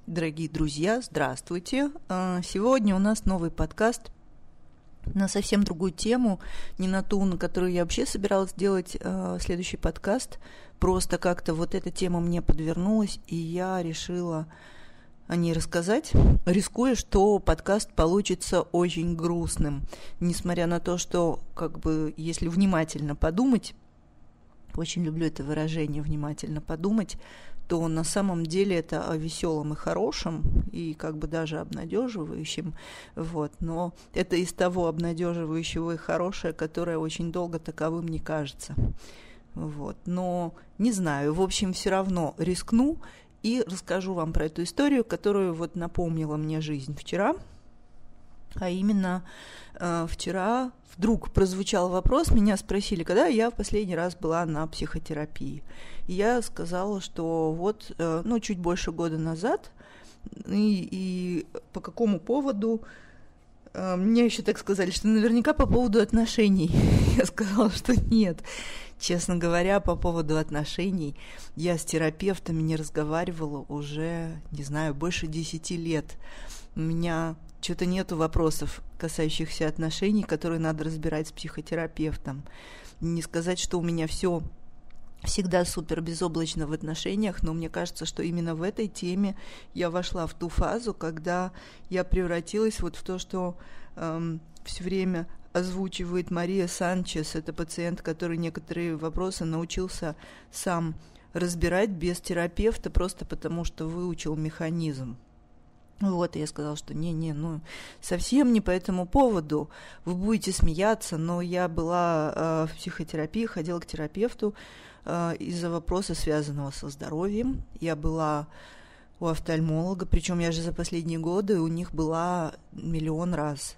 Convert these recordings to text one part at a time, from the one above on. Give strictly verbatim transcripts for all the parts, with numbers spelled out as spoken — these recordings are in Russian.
Дорогие друзья, здравствуйте! Сегодня у нас новый подкаст на совсем другую тему, не на ту, на которую я вообще собиралась делать следующий подкаст. Просто как-то вот эта тема мне подвернулась, и я решила о ней рассказать, рискуя, что подкаст получится очень грустным. Несмотря на то, что, как бы, если внимательно подумать, очень люблю это выражение «внимательно подумать», то на самом деле это о веселом и хорошем, и как бы даже обнадеживающем, вот. Но это из того обнадеживающего и хорошее, которое очень долго таковым не кажется. Вот. Но не знаю, в общем, все равно рискну и расскажу вам про эту историю, которую вот напомнила мне жизнь вчера. А именно, э, вчера вдруг прозвучал вопрос, меня спросили, когда я в последний раз была на психотерапии. И я сказала, что вот, э, ну, чуть больше года назад, и, и по какому поводу, э, мне еще так сказали, что наверняка по поводу отношений. Я сказала, что нет. Честно говоря, по поводу отношений я с терапевтами не разговаривала уже, не знаю, больше десяти лет. У меня что-то нету вопросов, касающихся отношений, которые надо разбирать с психотерапевтом. Не сказать, что у меня все всегда супер безоблачно в отношениях, но мне кажется, что именно в этой теме я вошла в ту фазу, когда я превратилась вот в то, что эм, все время озвучивает Мария Санчес. Это пациент, который некоторые вопросы научился сам разбирать без терапевта, просто потому что выучил механизм. Вот, и я сказала, что не-не, ну, совсем не по этому поводу, вы будете смеяться, но я была э, в психотерапии, ходила к терапевту э, из-за вопроса, связанного со здоровьем. Я была у офтальмолога, причем я же за последние годы у них была миллион раз.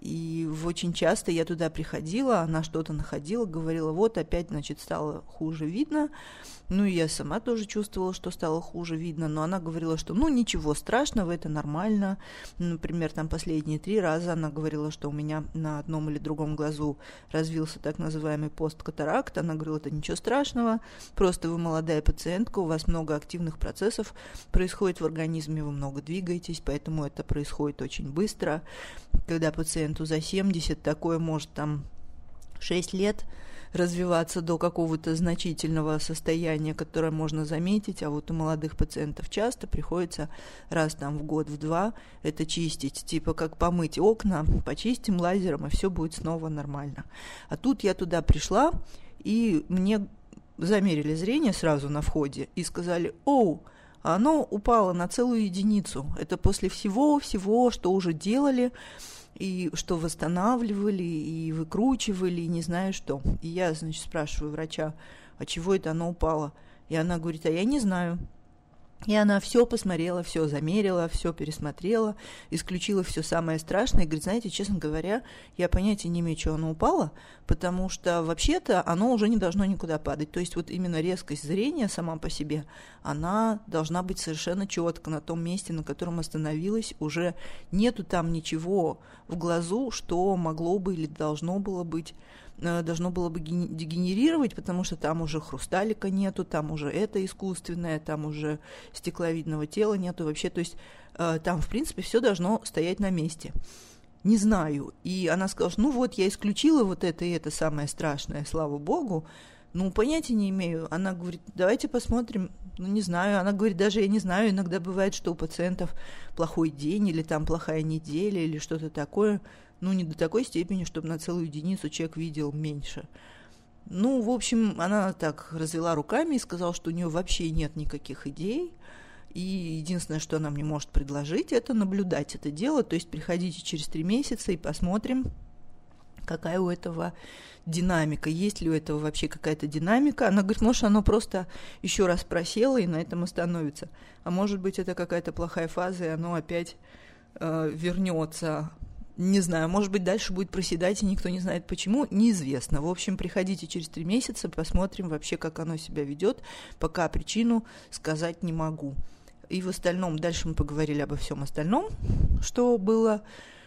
И очень часто я туда приходила, она что-то находила, говорила, вот опять, значит, стало хуже видно. Ну, и я сама тоже чувствовала, что стало хуже видно, но она говорила, что, ну, ничего страшного, это нормально. Например, там последние три раза она говорила, что у меня на одном или другом глазу развился так называемый посткатаракт. Она говорила, это ничего страшного, просто вы молодая пациентка, у вас много активных процессов происходит в организме, вы много двигаетесь, поэтому это происходит очень быстро. Когда пациенту за семьдесят, такое может там шесть лет развиваться до какого-то значительного состояния, которое можно заметить, а вот у молодых пациентов часто приходится раз там в год, в два это чистить, типа как помыть окна, почистим лазером, и все будет снова нормально. А тут я туда пришла, и мне замерили зрение сразу на входе и сказали, оу, оно упало на целую единицу. Это после всего-всего, что уже делали, и что восстанавливали, и выкручивали, и не знаю что. И я, значит, спрашиваю врача, а чего это оно упало? И она говорит, а я не знаю. И она все посмотрела, все замерила, все пересмотрела, исключила все самое страшное. И говорит, знаете, честно говоря, я понятия не имею, что оно упало, потому что вообще-то оно уже не должно никуда падать. То есть вот именно резкость зрения сама по себе, она должна быть совершенно четко на том месте, на котором остановилась. Уже нету там ничего в глазу, что могло бы или должно было быть, должно было бы дегенерировать, потому что там уже хрусталика нету, там уже это искусственное, там уже стекловидного тела нету вообще, то есть э, там, в принципе, все должно стоять на месте. Не знаю. И она сказала, что ну вот, я исключила вот это и это самое страшное, слава богу, ну, понятия не имею. Она говорит, давайте посмотрим, ну, не знаю. Она говорит, даже я не знаю, иногда бывает, что у пациентов плохой день или там плохая неделя или что-то такое, ну, не до такой степени, чтобы на целую единицу человек видел меньше. Ну, в общем, она так развела руками и сказала, что у нее вообще нет никаких идей, и единственное, что она мне может предложить, это наблюдать это дело, то есть приходите через три месяца и посмотрим, какая у этого динамика, есть ли у этого вообще какая-то динамика. Она говорит, может, оно просто еще раз просело и на этом остановится, а может быть, это какая-то плохая фаза, и оно опять э, вернется. Не знаю, может быть, дальше будет проседать, и никто не знает почему, неизвестно. В общем, приходите через три месяца, посмотрим вообще, как оно себя ведет. Пока причину сказать не могу. И в остальном, дальше мы поговорили обо всем остальном, что было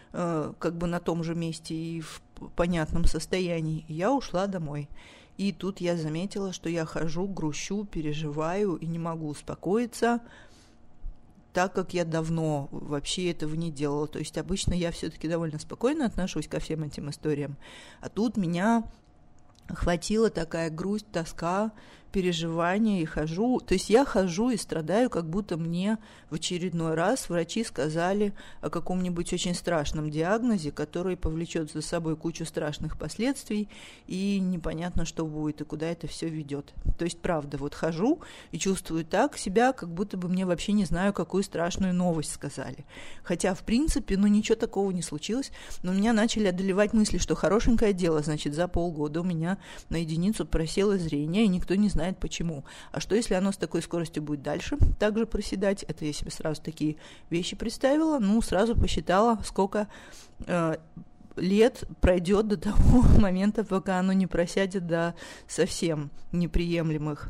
э, как бы на том же месте и в понятном состоянии. И я ушла домой. И тут я заметила, что я хожу, грущу, переживаю и не могу успокоиться. так как я давно вообще этого не делала. То есть обычно я все-таки довольно спокойно отношусь ко всем этим историям, а тут меня охватила такая грусть, тоска, переживания, и хожу, то есть я хожу и страдаю, как будто мне в очередной раз врачи сказали о каком-нибудь очень страшном диагнозе, который повлечет за собой кучу страшных последствий, и непонятно, что будет и куда это все ведет. То есть, правда, вот хожу и чувствую так себя, как будто бы мне вообще не знаю, какую страшную новость сказали. Хотя, в принципе, ну ничего такого не случилось, но меня начали одолевать мысли, что хорошенькое дело, значит, за полгода у меня на единицу просело зрение, и никто не знает почему. А что, если оно с такой скоростью будет дальше также проседать? Это я себе сразу такие вещи представила, ну, сразу посчитала, сколько э, лет пройдет до того момента, пока оно не просядет до совсем неприемлемых,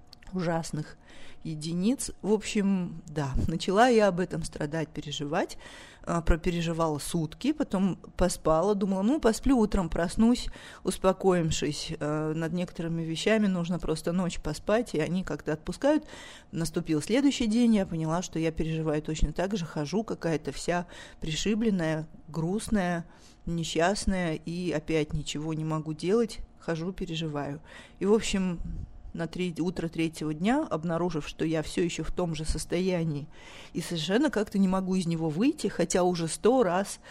ужасных единиц. В общем, да, начала я об этом страдать, переживать, пропереживала сутки, потом поспала, думала, ну, посплю утром, проснусь, успокоившись. Над некоторыми вещами нужно просто ночь поспать, и они как-то отпускают. Наступил следующий день, я поняла, что я переживаю точно так же, хожу какая-то вся пришибленная, грустная, несчастная, и опять ничего не могу делать, хожу, переживаю. И, в общем, на три, утро третьего дня, обнаружив, что я все еще в том же состоянии и совершенно как-то не могу из него выйти, хотя уже сто раз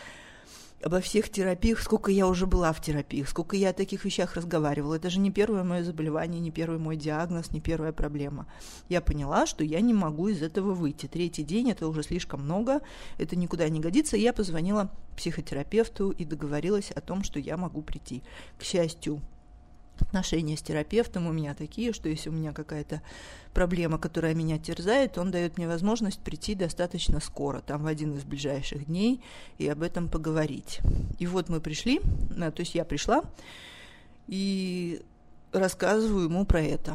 обо всех терапиях, сколько я уже была в терапиях, сколько я о таких вещах разговаривала. Это же не первое мое заболевание, не первый мой диагноз, не первая проблема. Я поняла, что я не могу из этого выйти. Третий день – это уже слишком много, это никуда не годится. Я позвонила психотерапевту и договорилась о том, что я могу прийти. К счастью, отношения с терапевтом у меня такие, что если у меня какая-то проблема, которая меня терзает, он дает мне возможность прийти достаточно скоро, там в один из ближайших дней, и об этом поговорить. И вот мы пришли, то есть я пришла и рассказываю ему про это.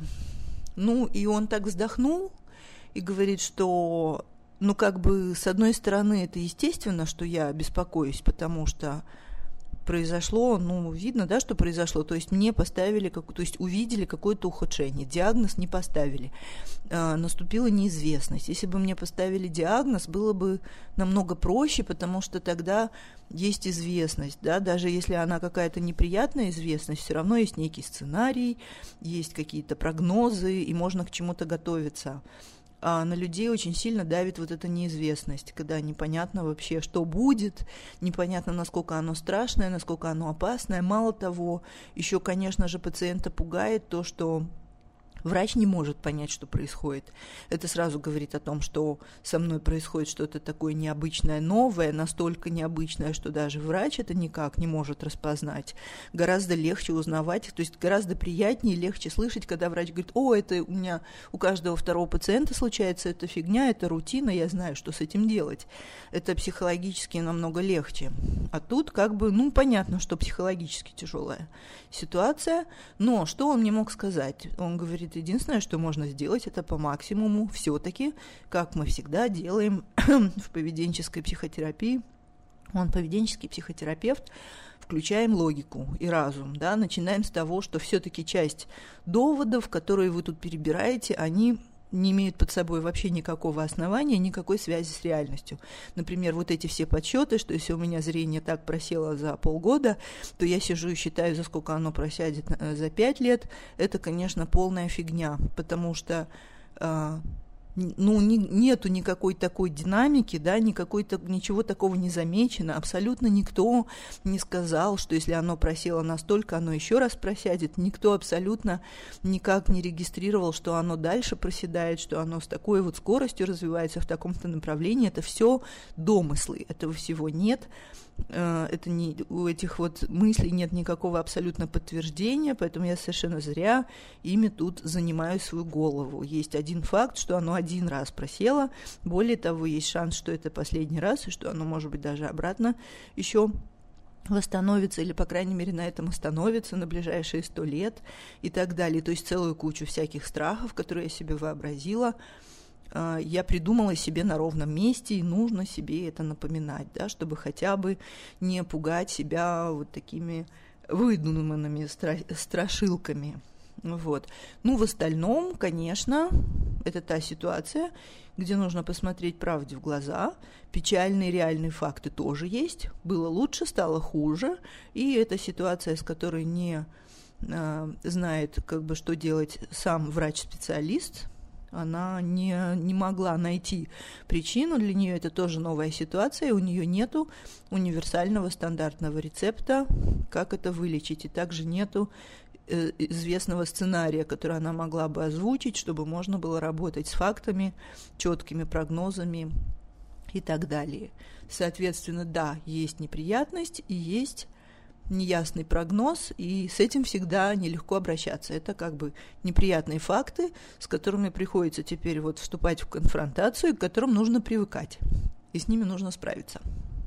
Ну, и он так вздохнул и говорит, что, ну, как бы, с одной стороны, это естественно, что я беспокоюсь, потому что произошло, ну, видно, да, что произошло, то есть мне поставили, как, то есть увидели какое-то ухудшение, диагноз не поставили, а, наступила неизвестность. Если бы мне поставили диагноз, было бы намного проще, потому что тогда есть известность, да, даже если она какая-то неприятная известность, все равно есть некий сценарий, есть какие-то прогнозы, и можно к чему-то готовиться. А на людей очень сильно давит вот эта неизвестность, когда непонятно вообще, что будет, непонятно, насколько оно страшное, насколько оно опасное. Мало того, еще, конечно же, пациента пугает то, что врач не может понять, что происходит. Это сразу говорит о том, что со мной происходит что-то такое необычное, новое, настолько необычное, что даже врач это никак не может распознать. Гораздо легче узнавать, то есть гораздо приятнее и легче слышать, когда врач говорит: о, это у меня у каждого второго пациента случается, это фигня, это рутина, я знаю, что с этим делать. Это психологически намного легче. А тут как бы, ну, понятно, что психологически тяжелая ситуация, но что он мне мог сказать? Он говорит: единственное, что можно сделать, это по максимуму все-таки, как мы всегда делаем в поведенческой психотерапии. Он поведенческий психотерапевт, включаем логику и разум, да, начинаем с того, что все-таки часть доводов, которые вы тут перебираете, они не имеют под собой вообще никакого основания, никакой связи с реальностью. Например, вот эти все подсчеты, что если у меня зрение так просело за полгода, то я сижу и считаю, за сколько оно просядет за пять лет, это, конечно, полная фигня, потому что э, ну, не, нету никакой такой динамики, да, никакой, ничего такого не замечено, абсолютно никто не сказал, что если оно просело настолько, оно еще раз просядет, никто абсолютно никак не регистрировал, что оно дальше проседает, что оно с такой вот скоростью развивается в таком-то направлении, это все домыслы, этого всего нет. Это не, у этих вот мыслей нет никакого абсолютно подтверждения, поэтому я совершенно зря ими тут занимаю свою голову. Есть один факт, что оно один раз просело, более того, есть шанс, что это последний раз, и что оно, может быть, даже обратно еще восстановится, или, по крайней мере, на этом остановится на ближайшие сто лет и так далее. То есть целую кучу всяких страхов, которые я себе вообразила, я придумала себе на ровном месте, и нужно себе это напоминать, да, чтобы хотя бы не пугать себя вот такими выдуманными стра- страшилками. Вот. Ну, в остальном, конечно, это та ситуация, где нужно посмотреть правде в глаза. Печальные реальные факты тоже есть. Было лучше, стало хуже. И это ситуация, с которой не э, знает, как бы, что делать сам врач-специалист. Она не, не могла найти причину. Для нее это тоже новая ситуация. И у нее нету универсального стандартного рецепта, как это вылечить. И также нету известного сценария, который она могла бы озвучить, чтобы можно было работать с фактами, четкими прогнозами и так далее. Соответственно, да, есть неприятность и есть неясный прогноз, и с этим всегда нелегко обращаться. Это как бы неприятные факты, с которыми приходится теперь вот вступать в конфронтацию, к которым нужно привыкать, и с ними нужно справиться.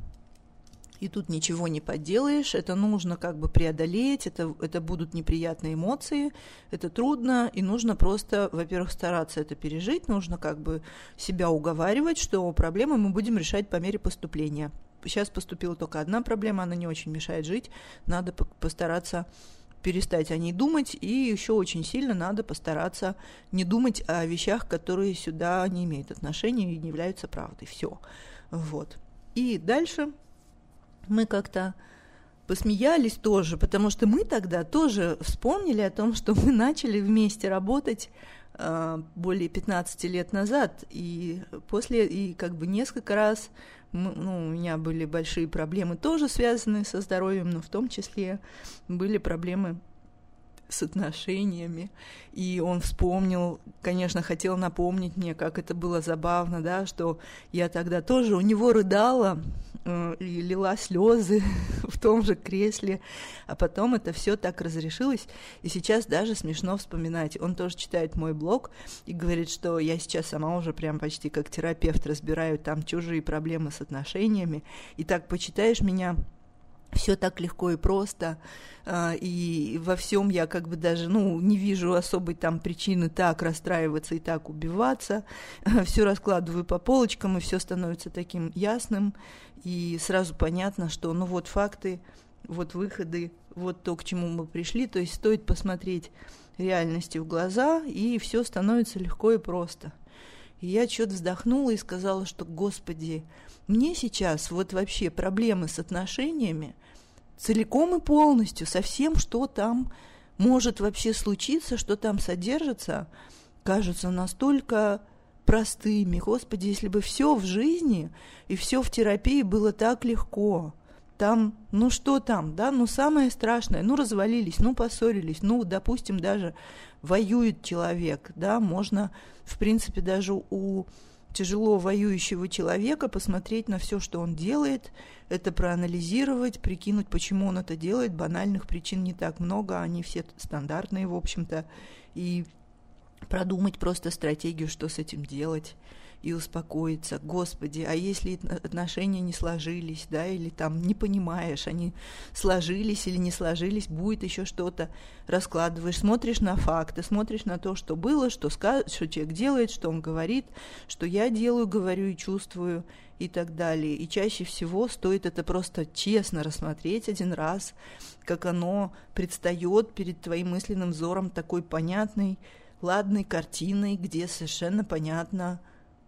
И тут ничего не поделаешь, это нужно как бы преодолеть, это, это будут неприятные эмоции, это трудно, и нужно просто, во-первых, стараться это пережить, нужно как бы себя уговаривать, что проблемы мы будем решать по мере поступления. Сейчас поступила только одна проблема, она не очень мешает жить, надо постараться перестать о ней думать, и еще очень сильно надо постараться не думать о вещах, которые сюда не имеют отношения и не являются правдой. Все. Вот. И дальше мы как-то посмеялись тоже, потому что мы тогда тоже вспомнили о том, что мы начали вместе работать э, более пятнадцати лет назад, и после, и как бы несколько раз мы, ну, у меня были большие проблемы, тоже связанные со здоровьем, но в том числе были проблемы с отношениями, и он вспомнил, конечно, хотел напомнить мне, как это было забавно, да, что я тогда тоже у него рыдала э, и лила слезы в том же кресле, а потом это все так разрешилось, и сейчас даже смешно вспоминать. Он тоже читает мой блог и говорит, что я сейчас сама уже прям почти как терапевт разбираю там чужие проблемы с отношениями, и так почитаешь меня, все так легко и просто, и во всем я как бы даже, ну, не вижу особой там причины так расстраиваться и так убиваться, все раскладываю по полочкам, и все становится таким ясным, и сразу понятно, что, ну, вот факты, вот выходы, вот то, к чему мы пришли, то есть стоит посмотреть реальности в глаза, и все становится легко и просто. И я что-то вздохнула и сказала, что, Господи, мне сейчас вот вообще проблемы с отношениями целиком и полностью, со всем, что там может вообще случиться, что там содержится, кажутся настолько простыми. Господи, если бы все в жизни и все в терапии было так легко. Там, ну что там, да, ну самое страшное, ну развалились, ну поссорились, ну, допустим, даже воюет человек, да, можно, в принципе, даже у тяжело воюющего человека посмотреть на все, что он делает, это проанализировать, прикинуть, почему он это делает, банальных причин не так много, они все стандартные, в общем-то, и продумать просто стратегию, что с этим делать, и успокоиться. Господи, а если отношения не сложились, да, или там не понимаешь, они сложились или не сложились, будет еще что-то, раскладываешь, смотришь на факты, смотришь на то, что было, что, сказ... что человек делает, что он говорит, что я делаю, говорю и чувствую, и так далее. И чаще всего стоит это просто честно рассмотреть один раз, как оно предстает перед твоим мысленным взором такой понятной, ладной картиной, где совершенно понятно,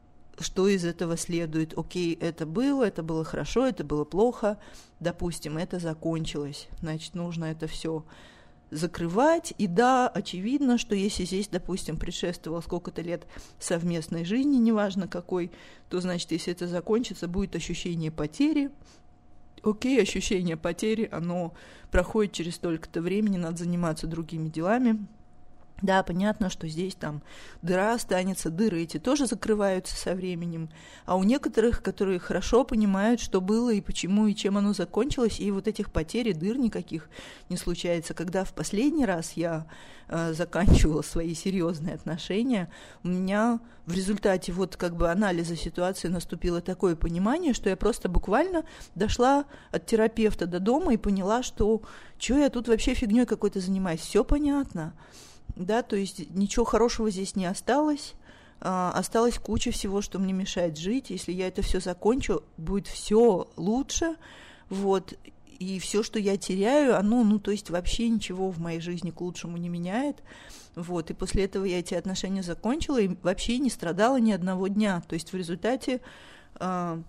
что из этого следует. Окей, это было, это было хорошо, это было плохо, допустим, это закончилось, значит, нужно это все закрывать. И да, очевидно, что если здесь, допустим, предшествовало сколько-то лет совместной жизни, неважно какой, то, значит, если это закончится, будет ощущение потери. Окей, ощущение потери, оно проходит через столько-то времени, надо заниматься другими делами. Да, понятно, что здесь там дыра останется, дыры эти тоже закрываются со временем, а у некоторых, которые хорошо понимают, что было и почему, и чем оно закончилось, и вот этих потерь и дыр никаких не случается. Когда в последний раз я э, заканчивала свои серьезные отношения, у меня в результате вот как бы анализа ситуации наступило такое понимание, что я просто буквально дошла от терапевта до дома и поняла, что что я тут вообще фигней какой-то занимаюсь, все понятно. Да, то есть ничего хорошего здесь не осталось, а, осталась куча всего, что мне мешает жить. Если я это все закончу, будет все лучше, вот. и все, что я теряю, оно, ну, то есть вообще ничего в моей жизни к лучшему не меняет. Вот, и после этого я эти отношения закончила и вообще не страдала ни одного дня. То есть в результате э,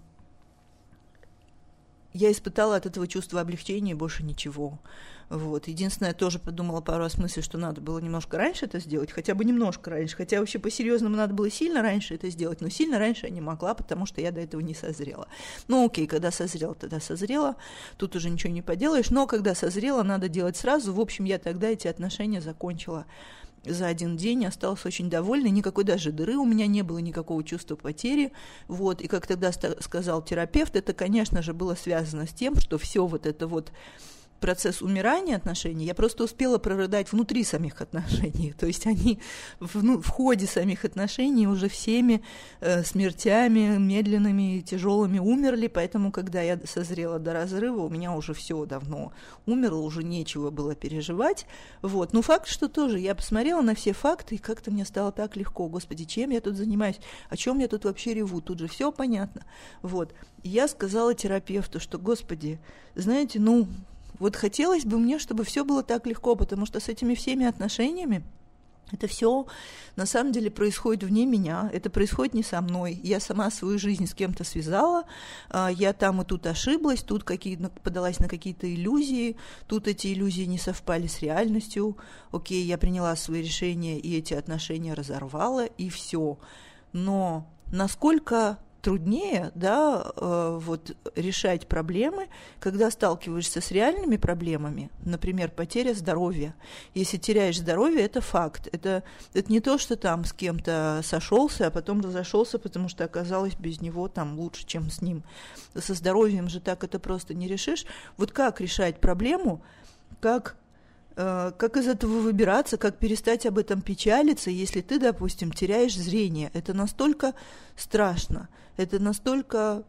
я испытала от этого чувство облегчения и больше ничего. Вот. Единственное, я тоже подумала пару раз мысли, что надо было немножко раньше это сделать, хотя бы немножко раньше, хотя вообще по-серьезному надо было сильно раньше это сделать, но сильно раньше я не могла, потому что я до этого не созрела. Ну окей, когда созрела, тогда созрела, тут уже ничего не поделаешь, но когда созрела, надо делать сразу. В общем, я тогда эти отношения закончила за один день, осталась очень довольна, никакой даже дыры у меня не было, никакого чувства потери, вот, и как тогда сказал терапевт, это, конечно же, было связано с тем, что все вот это вот процесс умирания отношений я просто успела прорыдать внутри самих отношений, то есть они в, ну, в ходе самих отношений уже всеми э, смертями медленными и тяжелыми умерли, поэтому когда я созрела до разрыва, у меня уже все давно умерло, уже нечего было переживать, вот, ну факт, что тоже я посмотрела на все факты, и как-то мне стало так легко, господи, чем я тут занимаюсь, о чем я тут вообще реву, тут же все понятно, вот, и я сказала терапевту, что, господи, знаете, ну, вот хотелось бы мне, чтобы все было так легко, потому что с этими всеми отношениями это все на самом деле происходит вне меня, это происходит не со мной. Я сама свою жизнь с кем-то связала, я там и тут ошиблась, тут какие-то, подалась на какие-то иллюзии, тут эти иллюзии не совпали с реальностью. Окей, я приняла свои решения и эти отношения разорвала, и все. Но насколько труднее, да, э, вот решать проблемы, когда сталкиваешься с реальными проблемами, например, потеря здоровья. Если теряешь здоровье, это факт. Это, это не то, что там с кем-то сошелся, а потом разошелся, потому что оказалось без него там лучше, чем с ним. Со здоровьем же так это просто не решишь. Вот как решать проблему, как Как из этого выбираться, как перестать об этом печалиться, если ты, допустим, теряешь зрение? Это настолько страшно, это настолько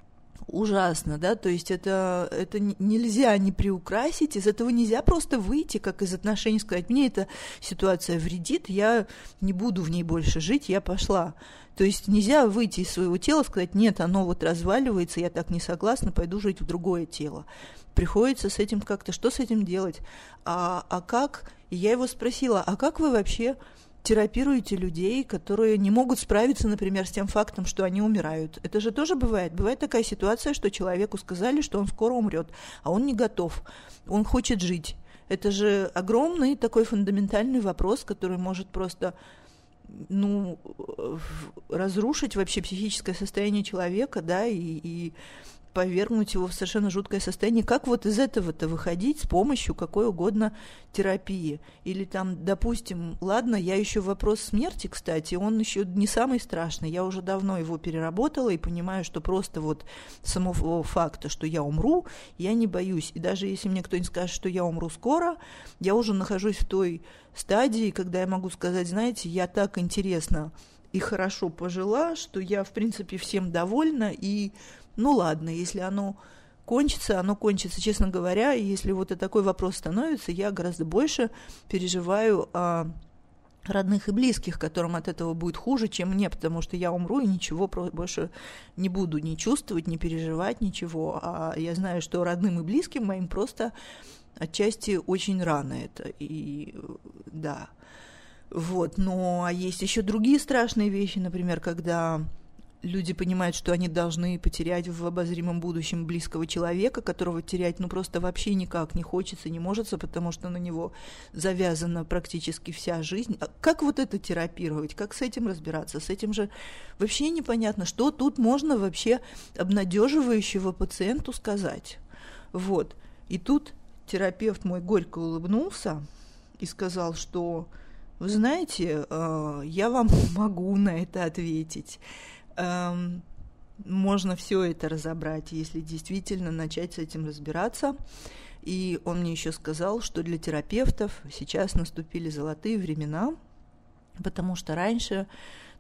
ужасно, да, то есть это, это нельзя не приукрасить, из этого нельзя просто выйти, как из отношений, сказать, мне эта ситуация вредит, я не буду в ней больше жить, я пошла. То есть нельзя выйти из своего тела, сказать, нет, оно вот разваливается, я так не согласна, пойду жить в другое тело. Приходится с этим как-то, что с этим делать? А, а как? И я его спросила, а как вы вообще терапируете людей, которые не могут справиться, например, с тем фактом, что они умирают? Это же тоже бывает. Бывает такая ситуация, что человеку сказали, что он скоро умрет, а он не готов, он хочет жить. Это же огромный такой фундаментальный вопрос, который может просто, ну, разрушить вообще психическое состояние человека, да, и, и повергнуть его в совершенно жуткое состояние. Как вот из этого-то выходить с помощью какой угодно терапии? Или там, допустим, ладно, я еще вопрос смерти, кстати, он еще не самый страшный. Я уже давно его переработала и понимаю, что просто вот самого факта, что я умру, я не боюсь. И даже если мне кто-нибудь скажет, что я умру скоро, я уже нахожусь в той стадии, когда я могу сказать, знаете, я так интересно и хорошо пожила, что я, в принципе, всем довольна, и ну ладно, если оно кончится, оно кончится. Честно говоря, если вот и такой вопрос становится, я гораздо больше переживаю о родных и близких, которым от этого будет хуже, чем мне, потому что я умру и ничего больше не буду ни чувствовать, ни переживать, ничего. А я знаю, что родным и близким моим просто отчасти очень рано это. И да, вот. Ну, а есть еще другие страшные вещи, например, когда люди понимают, что они должны потерять в обозримом будущем близкого человека, которого терять ну просто вообще никак не хочется, не может, потому что на него завязана практически вся жизнь. А как вот это терапировать? Как с этим разбираться? С этим же вообще непонятно, что тут можно вообще обнадеживающего пациенту сказать. Вот. И тут терапевт мой горько улыбнулся и сказал, что, вы знаете, я вам могу на это ответить. Эм, можно все это разобрать, если действительно начать с этим разбираться. И он мне еще сказал, что для терапевтов сейчас наступили золотые времена, потому что раньше,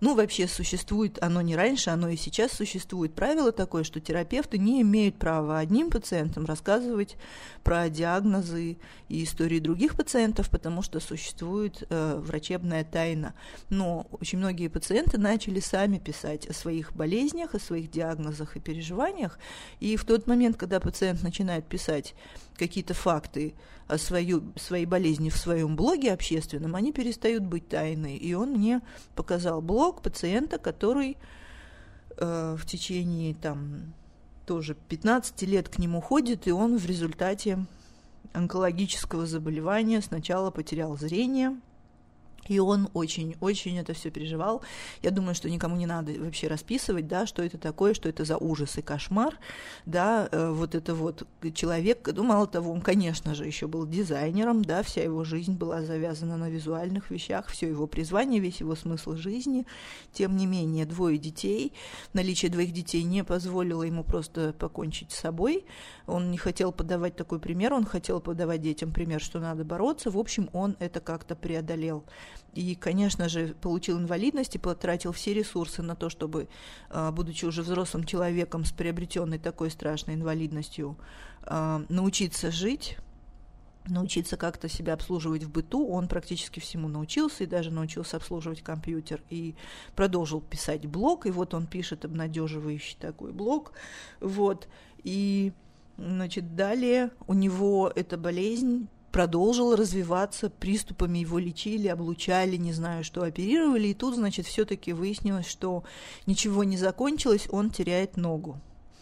Ну, вообще существует, оно не раньше, оно и сейчас существует правило такое, что терапевты не имеют права одним пациентам рассказывать про диагнозы и истории других пациентов, потому что существует э, врачебная тайна. Но очень многие пациенты начали сами писать о своих болезнях, о своих диагнозах и переживаниях, и в тот момент, когда пациент начинает писать какие-то факты о свою, своей болезни в своем блоге общественном, они перестают быть тайной. И он мне показал блог пациента, который э, в течение там, тоже пятнадцати лет к нему ходит, и он в результате онкологического заболевания сначала потерял зрение, и он очень-очень это все переживал. Я думаю, что никому не надо вообще расписывать, да, что это такое, что это за ужас и кошмар, да, э, вот это вот человек, ну, мало того, он, конечно же, еще был дизайнером, да, вся его жизнь была завязана на визуальных вещах, все его призвание, весь его смысл жизни. Тем не менее, двое детей, наличие двоих детей не позволило ему просто покончить с собой. Он не хотел подавать такой пример, он хотел подавать детям пример, что надо бороться. В общем, он это как-то преодолел. И, конечно же, получил инвалидность и потратил все ресурсы на то, чтобы, будучи уже взрослым человеком с приобретенной такой страшной инвалидностью, научиться жить, научиться как-то себя обслуживать в быту. Он практически всему научился и даже научился обслуживать компьютер и продолжил писать блог. И вот он пишет обнадеживающий такой блог. Вот. И, значит, далее у него эта болезнь продолжил развиваться, приступами его лечили, облучали, не знаю что, оперировали, и тут, значит, все-таки выяснилось, что ничего не закончилось, он теряет ногу.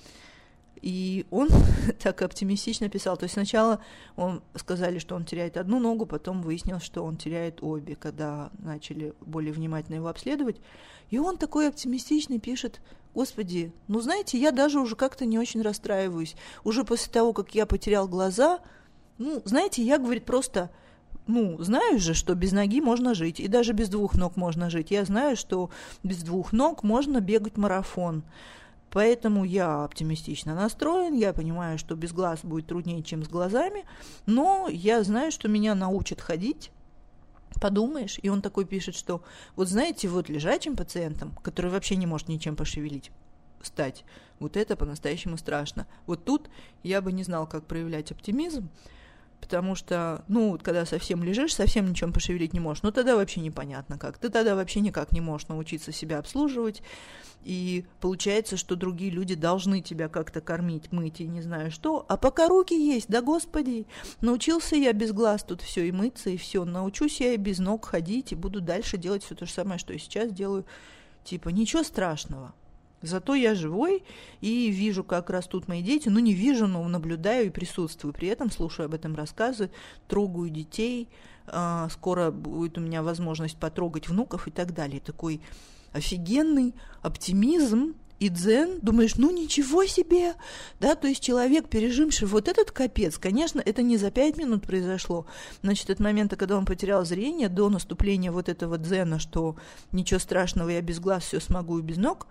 И он так оптимистично писал, то есть сначала он сказали, что он теряет одну ногу, потом выяснилось, что он теряет обе, когда начали более внимательно его обследовать, и он такой оптимистичный пишет: «Господи, ну знаете, я даже уже как-то не очень расстраиваюсь, уже после того, как я потерял глаза, ну, знаете, я, говорит, просто, ну, знаю же, что без ноги можно жить, и даже без двух ног можно жить. Я знаю, что без двух ног можно бегать марафон. Поэтому я оптимистично настроен, я понимаю, что без глаз будет труднее, чем с глазами, но я знаю, что меня научат ходить». Подумаешь, и он такой пишет, что вот знаете, вот лежачим пациентом, который вообще не может ничем пошевелить, стать, вот это по-настоящему страшно. Вот тут я бы не знал, как проявлять оптимизм, потому что, ну, когда совсем лежишь, совсем ничем пошевелить не можешь, ну, тогда вообще непонятно как. Ты тогда вообще никак не можешь научиться себя обслуживать, и получается, что другие люди должны тебя как-то кормить, мыть и не знаю что, а пока руки есть, да господи, научился я без глаз тут все и мыться, и все, научусь я и без ног ходить, и буду дальше делать все то же самое, что и сейчас делаю, типа, ничего страшного. Зато я живой и вижу, как растут мои дети, ну не вижу, но наблюдаю и присутствую, при этом слушаю об этом рассказы, трогаю детей, а, скоро будет у меня возможность потрогать внуков и так далее. Такой офигенный оптимизм и дзен, думаешь, ну ничего себе, да, то есть человек, переживший вот этот капец, конечно, это не за пять минут произошло, значит, от момента, когда он потерял зрение, до наступления вот этого дзена, что ничего страшного, я без глаз все смогу и без ног,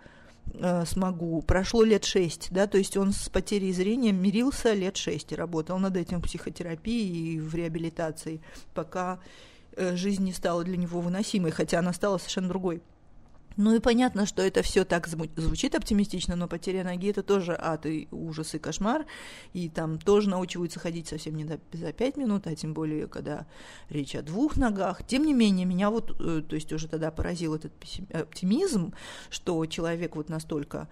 смогу. Прошло лет шесть, да, то есть он с потерей зрения мирился лет шесть и работал над этим в психотерапии и в реабилитации, пока жизнь не стала для него выносимой, хотя она стала совершенно другой. Ну и понятно, что это все так звучит оптимистично, но потеря ноги – это тоже ад и ужас и кошмар, и там тоже научиваются ходить совсем не за пять минут, а тем более, когда речь о двух ногах. Тем не менее, меня вот, то есть уже тогда поразил этот оптимизм, что человек вот настолько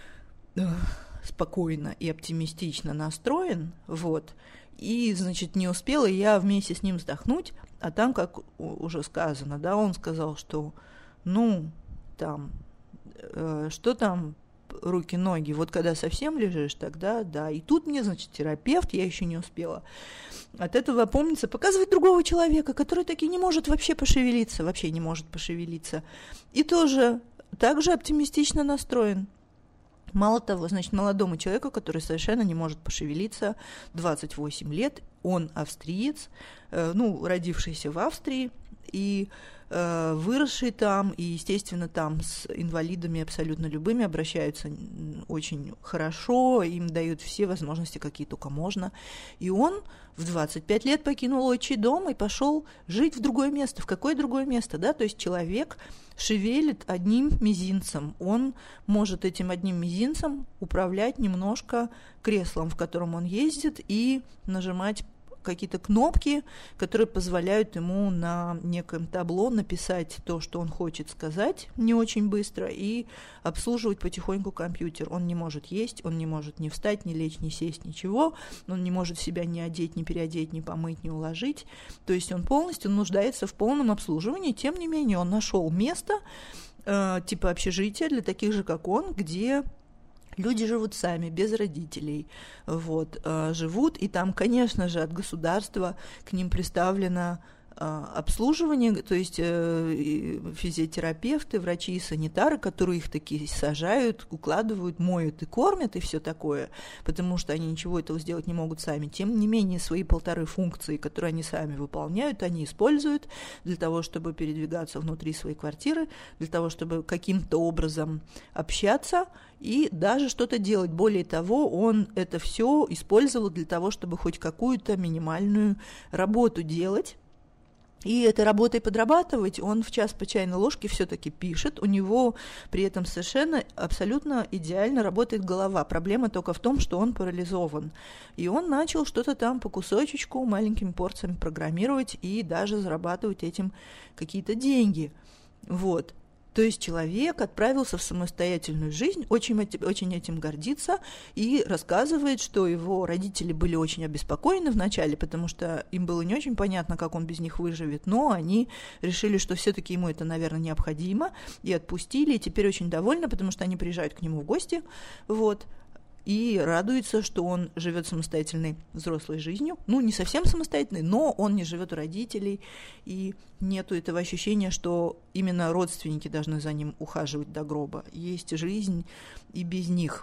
спокойно и оптимистично настроен, вот, и, значит, не успела я вместе с ним вздохнуть, а там, как уже сказано, да, он сказал, что, ну, там, э, что там, руки-ноги, вот когда совсем лежишь, тогда, да, и тут мне, значит, терапевт, я еще не успела от этого опомниться, показывать другого человека, который таки не может вообще пошевелиться, вообще не может пошевелиться, и тоже также оптимистично настроен. Мало того, значит, молодому человеку, который совершенно не может пошевелиться, двадцать восемь лет, он австриец, э, ну, родившийся в Австрии, и э, выросший там, и, естественно, там с инвалидами абсолютно любыми обращаются очень хорошо, им дают все возможности, какие только можно. И он в двадцать пять лет покинул отчий дом и пошел жить в другое место. В какое другое место, да? То есть человек шевелит одним мизинцем. Он может этим одним мизинцем управлять немножко креслом, в котором он ездит, и нажимать какие-то кнопки, которые позволяют ему на неком табло написать то, что он хочет сказать, не очень быстро, и обслуживать потихоньку компьютер. Он не может есть, он не может ни встать, ни лечь, ни сесть, ничего, он не может себя ни одеть, ни переодеть, ни помыть, ни уложить. То есть он полностью нуждается в полном обслуживании. Тем не менее, он нашел место, э, типа общежития для таких же, как он, где люди живут сами, без родителей, вот, э, живут, и там, конечно же, от государства к ним представлено э, обслуживание, то есть э, физиотерапевты, врачи и санитары, которые их такие сажают, укладывают, моют и кормят, и все такое, потому что они ничего этого сделать не могут сами. Тем не менее, свои полторы функции, которые они сами выполняют, они используют для того, чтобы передвигаться внутри своей квартиры, для того, чтобы каким-то образом общаться и даже что-то делать. Более того, он это все использовал для того, чтобы хоть какую-то минимальную работу делать. И этой работой подрабатывать он в час по чайной ложке все-таки пишет. У него при этом совершенно абсолютно идеально работает голова. Проблема только в том, что он парализован. И он начал что-то там по кусочечку, маленькими порциями программировать и даже зарабатывать этим какие-то деньги. Вот. То есть человек отправился в самостоятельную жизнь, очень, очень этим гордится и рассказывает, что его родители были очень обеспокоены вначале, потому что им было не очень понятно, как он без них выживет, но они решили, что все-таки ему это, наверное, необходимо, и отпустили, и теперь очень довольны, потому что они приезжают к нему в гости, вот, и радуется, что он живет самостоятельной взрослой жизнью. Ну, не совсем самостоятельной, но он не живет у родителей, и нету этого ощущения, что именно родственники должны за ним ухаживать до гроба. Есть жизнь и без них,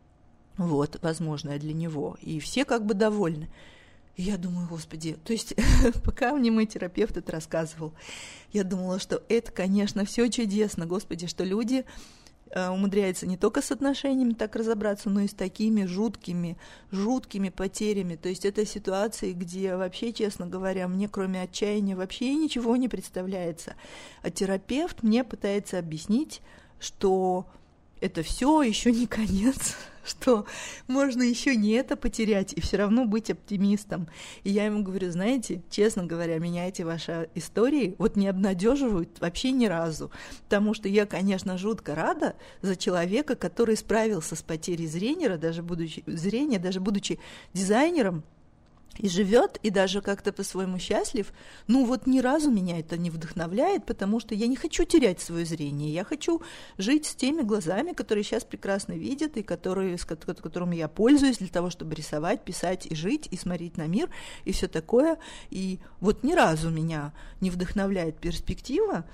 вот, возможная для него. И все как бы довольны. И я думаю, господи, то есть пока мне мой терапевт это рассказывал, я думала, что это, конечно, все чудесно, господи, что люди умудряется не только с отношениями так разобраться, но и с такими жуткими, жуткими потерями. То есть это ситуации, где вообще, честно говоря, мне кроме отчаяния вообще ничего не представляется. А терапевт мне пытается объяснить, что это все еще не конец, что можно еще не это потерять и все равно быть оптимистом. И я ему говорю, знаете, честно говоря, меня эти ваши истории вот не обнадеживают вообще ни разу, потому что я, конечно, жутко рада за человека, который справился с потерей зрения, даже будучи, зрения, даже будучи дизайнером, и живет, и даже как-то по-своему счастлив. Ну вот ни разу меня это не вдохновляет, потому что я не хочу терять свое зрение. Я хочу жить с теми глазами, которые сейчас прекрасно видят, и которые, с которыми я пользуюсь для того, чтобы рисовать, писать и жить, и смотреть на мир, и все такое. И вот ни разу меня не вдохновляет перспектива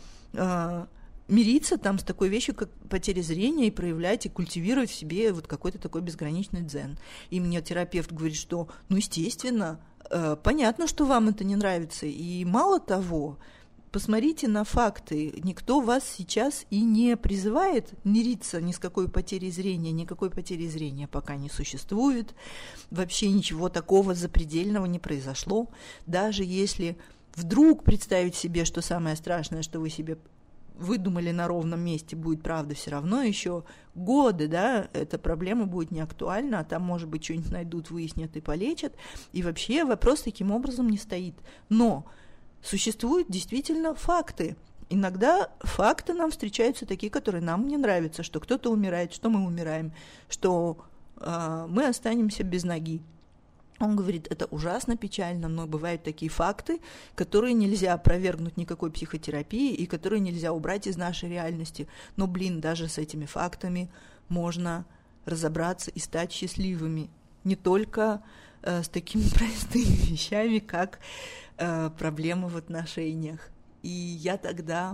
мириться там с такой вещью, как потеря зрения, и проявлять, и культивировать в себе вот какой-то такой безграничный дзен. И мне терапевт говорит, что, ну, естественно, э, понятно, что вам это не нравится, и мало того, посмотрите на факты, никто вас сейчас и не призывает мириться ни с какой потерей зрения, никакой потери зрения пока не существует, вообще ничего такого запредельного не произошло, даже если вдруг представить себе, что самое страшное, что вы себе выдумали на ровном месте, будет правда, все равно еще годы, да, эта проблема будет не актуальна, а там, может быть, что-нибудь найдут, выяснят и полечат, и вообще вопрос таким образом не стоит. Но существуют действительно факты. Иногда факты нам встречаются такие, которые нам не нравятся, что кто-то умирает, что мы умираем, что э, мы останемся без ноги. Он говорит, это ужасно печально, но бывают такие факты, которые нельзя опровергнуть никакой психотерапией и которые нельзя убрать из нашей реальности. Но, блин, даже с этими фактами можно разобраться и стать счастливыми. Не только э, с такими простыми вещами, как э, проблемы в отношениях. И я тогда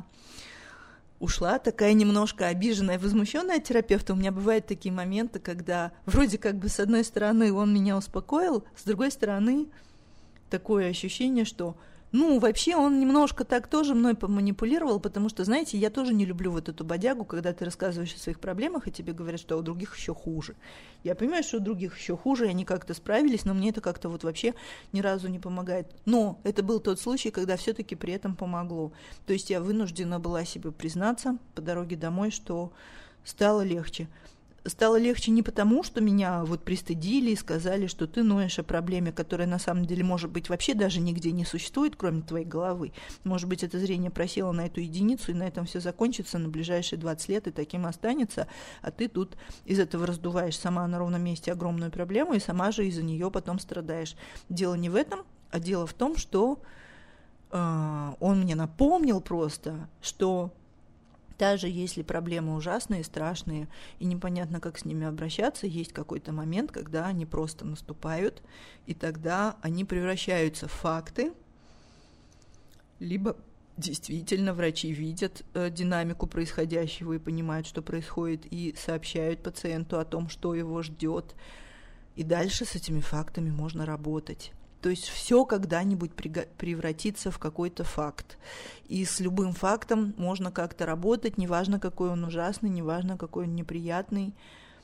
ушла такая немножко обиженная, возмущенная от терапевта. У меня бывают такие моменты, когда вроде как бы с одной стороны он меня успокоил, с другой стороны такое ощущение, что Ну, вообще он немножко так тоже мной поманипулировал, потому что, знаете, я тоже не люблю вот эту бодягу, когда ты рассказываешь о своих проблемах, и тебе говорят, что у других еще хуже. Я понимаю, что у других еще хуже, и они как-то справились, но мне это как-то вот вообще ни разу не помогает. Но это был тот случай, когда все-таки при этом помогло. То есть я вынуждена была себе признаться по дороге домой, что стало легче. Стало легче не потому, что меня вот пристыдили и сказали, что ты ноешь о проблеме, которая на самом деле, может быть, вообще даже нигде не существует, кроме твоей головы. Может быть, это зрение просело на эту единицу, и на этом все закончится на ближайшие двадцать лет, и таким останется, а ты тут из этого раздуваешь сама на ровном месте огромную проблему, и сама же из-за нее потом страдаешь. Дело не в этом, а дело в том, что э, он мне напомнил просто, что даже если проблемы ужасные, страшные, и непонятно, как с ними обращаться, есть какой-то момент, когда они просто наступают, и тогда они превращаются в факты, либо действительно врачи видят э, динамику происходящего и понимают, что происходит, и сообщают пациенту о том, что его ждет, и дальше с этими фактами можно работать. То есть все когда-нибудь превратится в какой-то факт. И с любым фактом можно как-то работать, неважно, какой он ужасный, неважно, какой он неприятный,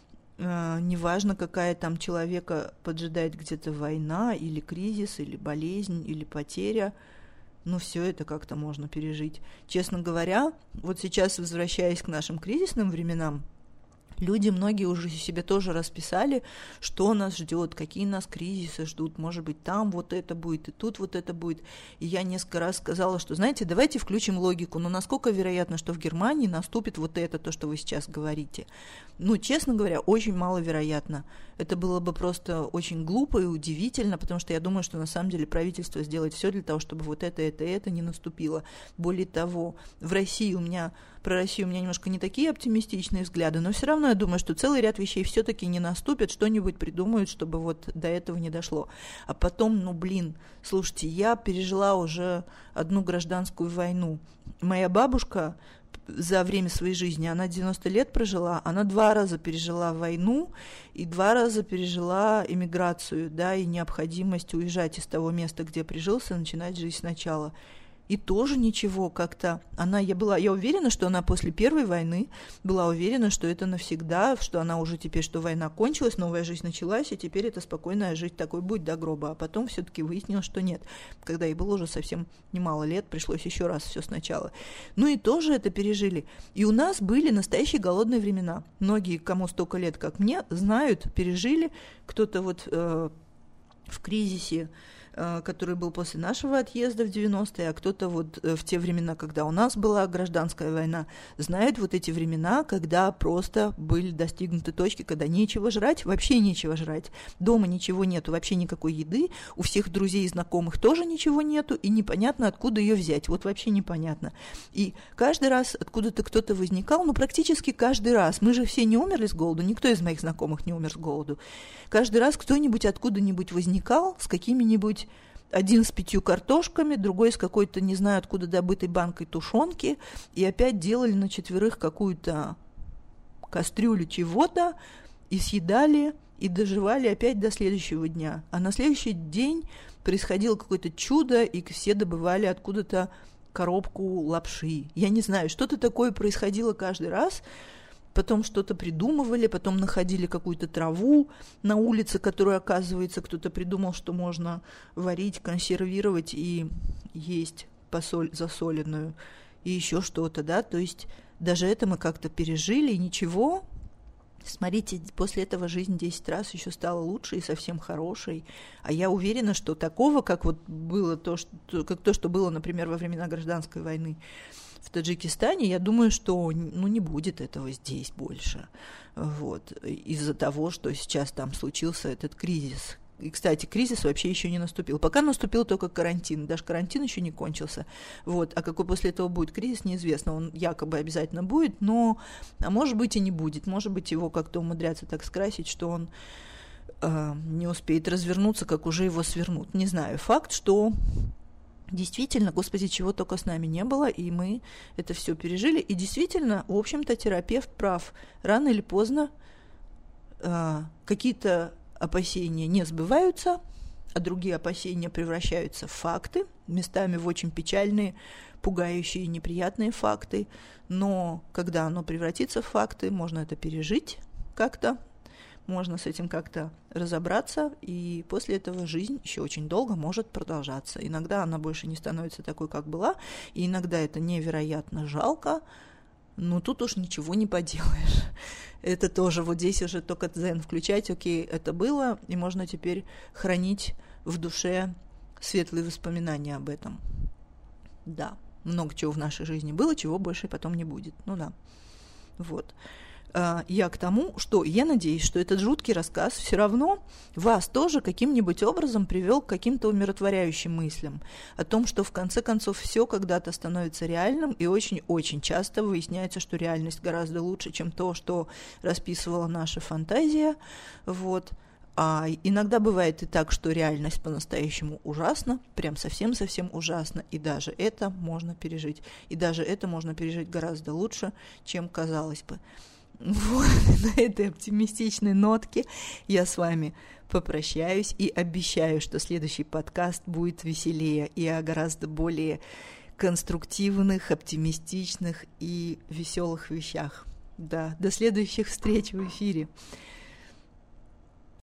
э, неважно, какая там человека поджидает где-то война, или кризис, или болезнь, или потеря. Но все это как-то можно пережить. Честно говоря, вот сейчас, возвращаясь к нашим кризисным временам, люди, многие уже себе тоже расписали, что нас ждет, какие нас кризисы ждут, может быть, там вот это будет, и тут вот это будет. И я несколько раз сказала, что, знаете, давайте включим логику, но насколько вероятно, что в Германии наступит вот это, то, что вы сейчас говорите? Ну, честно говоря, очень маловероятно. Это было бы просто очень глупо и удивительно, потому что я думаю, что на самом деле правительство сделает все для того, чтобы вот это, это, это не наступило. Более того, в России у меня, про Россию у меня немножко не такие оптимистичные взгляды, но все равно я думаю, что целый ряд вещей все-таки не наступят, что-нибудь придумают, чтобы вот до этого не дошло. А потом, ну блин, слушайте, я пережила уже одну гражданскую войну. Моя бабушка за время своей жизни, она девяносто лет прожила, она два раза пережила войну и два раза пережила эмиграцию, да, и необходимость уезжать из того места, где прижился, начинать жизнь сначала. И тоже ничего как-то. Она, я была, я уверена, что она после Первой войны была уверена, что это навсегда, что она уже теперь, что война кончилась, новая жизнь началась, и теперь это спокойная жизнь такой будет до гроба. А потом все-таки выяснилось, что нет. Когда ей было уже совсем немало лет, пришлось еще раз все сначала. Ну и тоже это пережили. И у нас были настоящие голодные времена. Многие, кому столько лет, как мне, знают, пережили. Кто-то вот э, в кризисе, который был после нашего отъезда в девяностые, а кто-то вот в те времена, когда у нас была гражданская война, знает вот эти времена, когда просто были достигнуты точки, когда нечего жрать, вообще нечего жрать. Дома ничего нету, вообще никакой еды, у всех друзей и знакомых тоже ничего нету, и непонятно, откуда ее взять, вот вообще непонятно. И каждый раз откуда-то кто-то возникал, ну практически каждый раз, мы же все не умерли с голоду, никто из моих знакомых не умер с голоду, каждый раз кто-нибудь откуда-нибудь возникал с какими-нибудь один с пятью картошками, другой с какой-то, не знаю, откуда добытой банкой тушенки, и опять делали на четверых какую-то кастрюлю чего-то, и съедали, и доживали опять до следующего дня. А на следующий день происходило какое-то чудо, и все добывали откуда-то коробку лапши. Я не знаю, что-то такое происходило каждый раз. Потом что-то придумывали, потом находили какую-то траву на улице, которую, оказывается, кто-то придумал, что можно варить, консервировать и есть посоль, засоленную, и еще что-то, да, то есть даже это мы как-то пережили, и ничего. Смотрите, после этого жизнь десять раз еще стала лучше и совсем хорошей, а я уверена, что такого, как вот было то, что, как то, что было, например, во времена гражданской войны в Таджикистане, я думаю, что ну, не будет этого здесь больше, вот, из-за того, что сейчас там случился этот кризис. И, кстати, кризис вообще еще не наступил. Пока наступил только карантин, даже карантин еще не кончился. Вот. А какой после этого будет кризис, неизвестно. Он якобы обязательно будет, но, а может быть, и не будет. Может быть, его как-то умудрятся так скрасить, что он э, не успеет развернуться, как уже его свернут. Не знаю. Факт, что действительно, Господи, чего только с нами не было, и мы это все пережили. И действительно, в общем-то, терапевт прав. Рано или поздно э, какие-то опасения не сбываются, а другие опасения превращаются в факты, местами в очень печальные, пугающие, неприятные факты. Но когда оно превратится в факты, можно это пережить как-то, можно с этим как-то разобраться, и после этого жизнь еще очень долго может продолжаться. Иногда она больше не становится такой, как была, и иногда это невероятно жалко, но тут уж ничего не поделаешь. Это тоже вот здесь уже только дзен включать, окей, это было, и можно теперь хранить в душе светлые воспоминания об этом. Да, много чего в нашей жизни было, чего больше потом не будет. Ну да, вот. Я к тому, что я надеюсь, что этот жуткий рассказ все равно вас тоже каким-нибудь образом привел к каким-то умиротворяющим мыслям о том, что в конце концов все когда-то становится реальным, и очень-очень часто выясняется, что реальность гораздо лучше, чем то, что расписывала наша фантазия. Вот. А иногда бывает и так, что реальность по-настоящему ужасна, прям совсем-совсем ужасна, и даже это можно пережить. И даже это можно пережить гораздо лучше, чем казалось бы. Вот, на этой оптимистичной нотке я с вами попрощаюсь и обещаю, что следующий подкаст будет веселее и о гораздо более конструктивных, оптимистичных и веселых вещах. Да, до следующих встреч в эфире.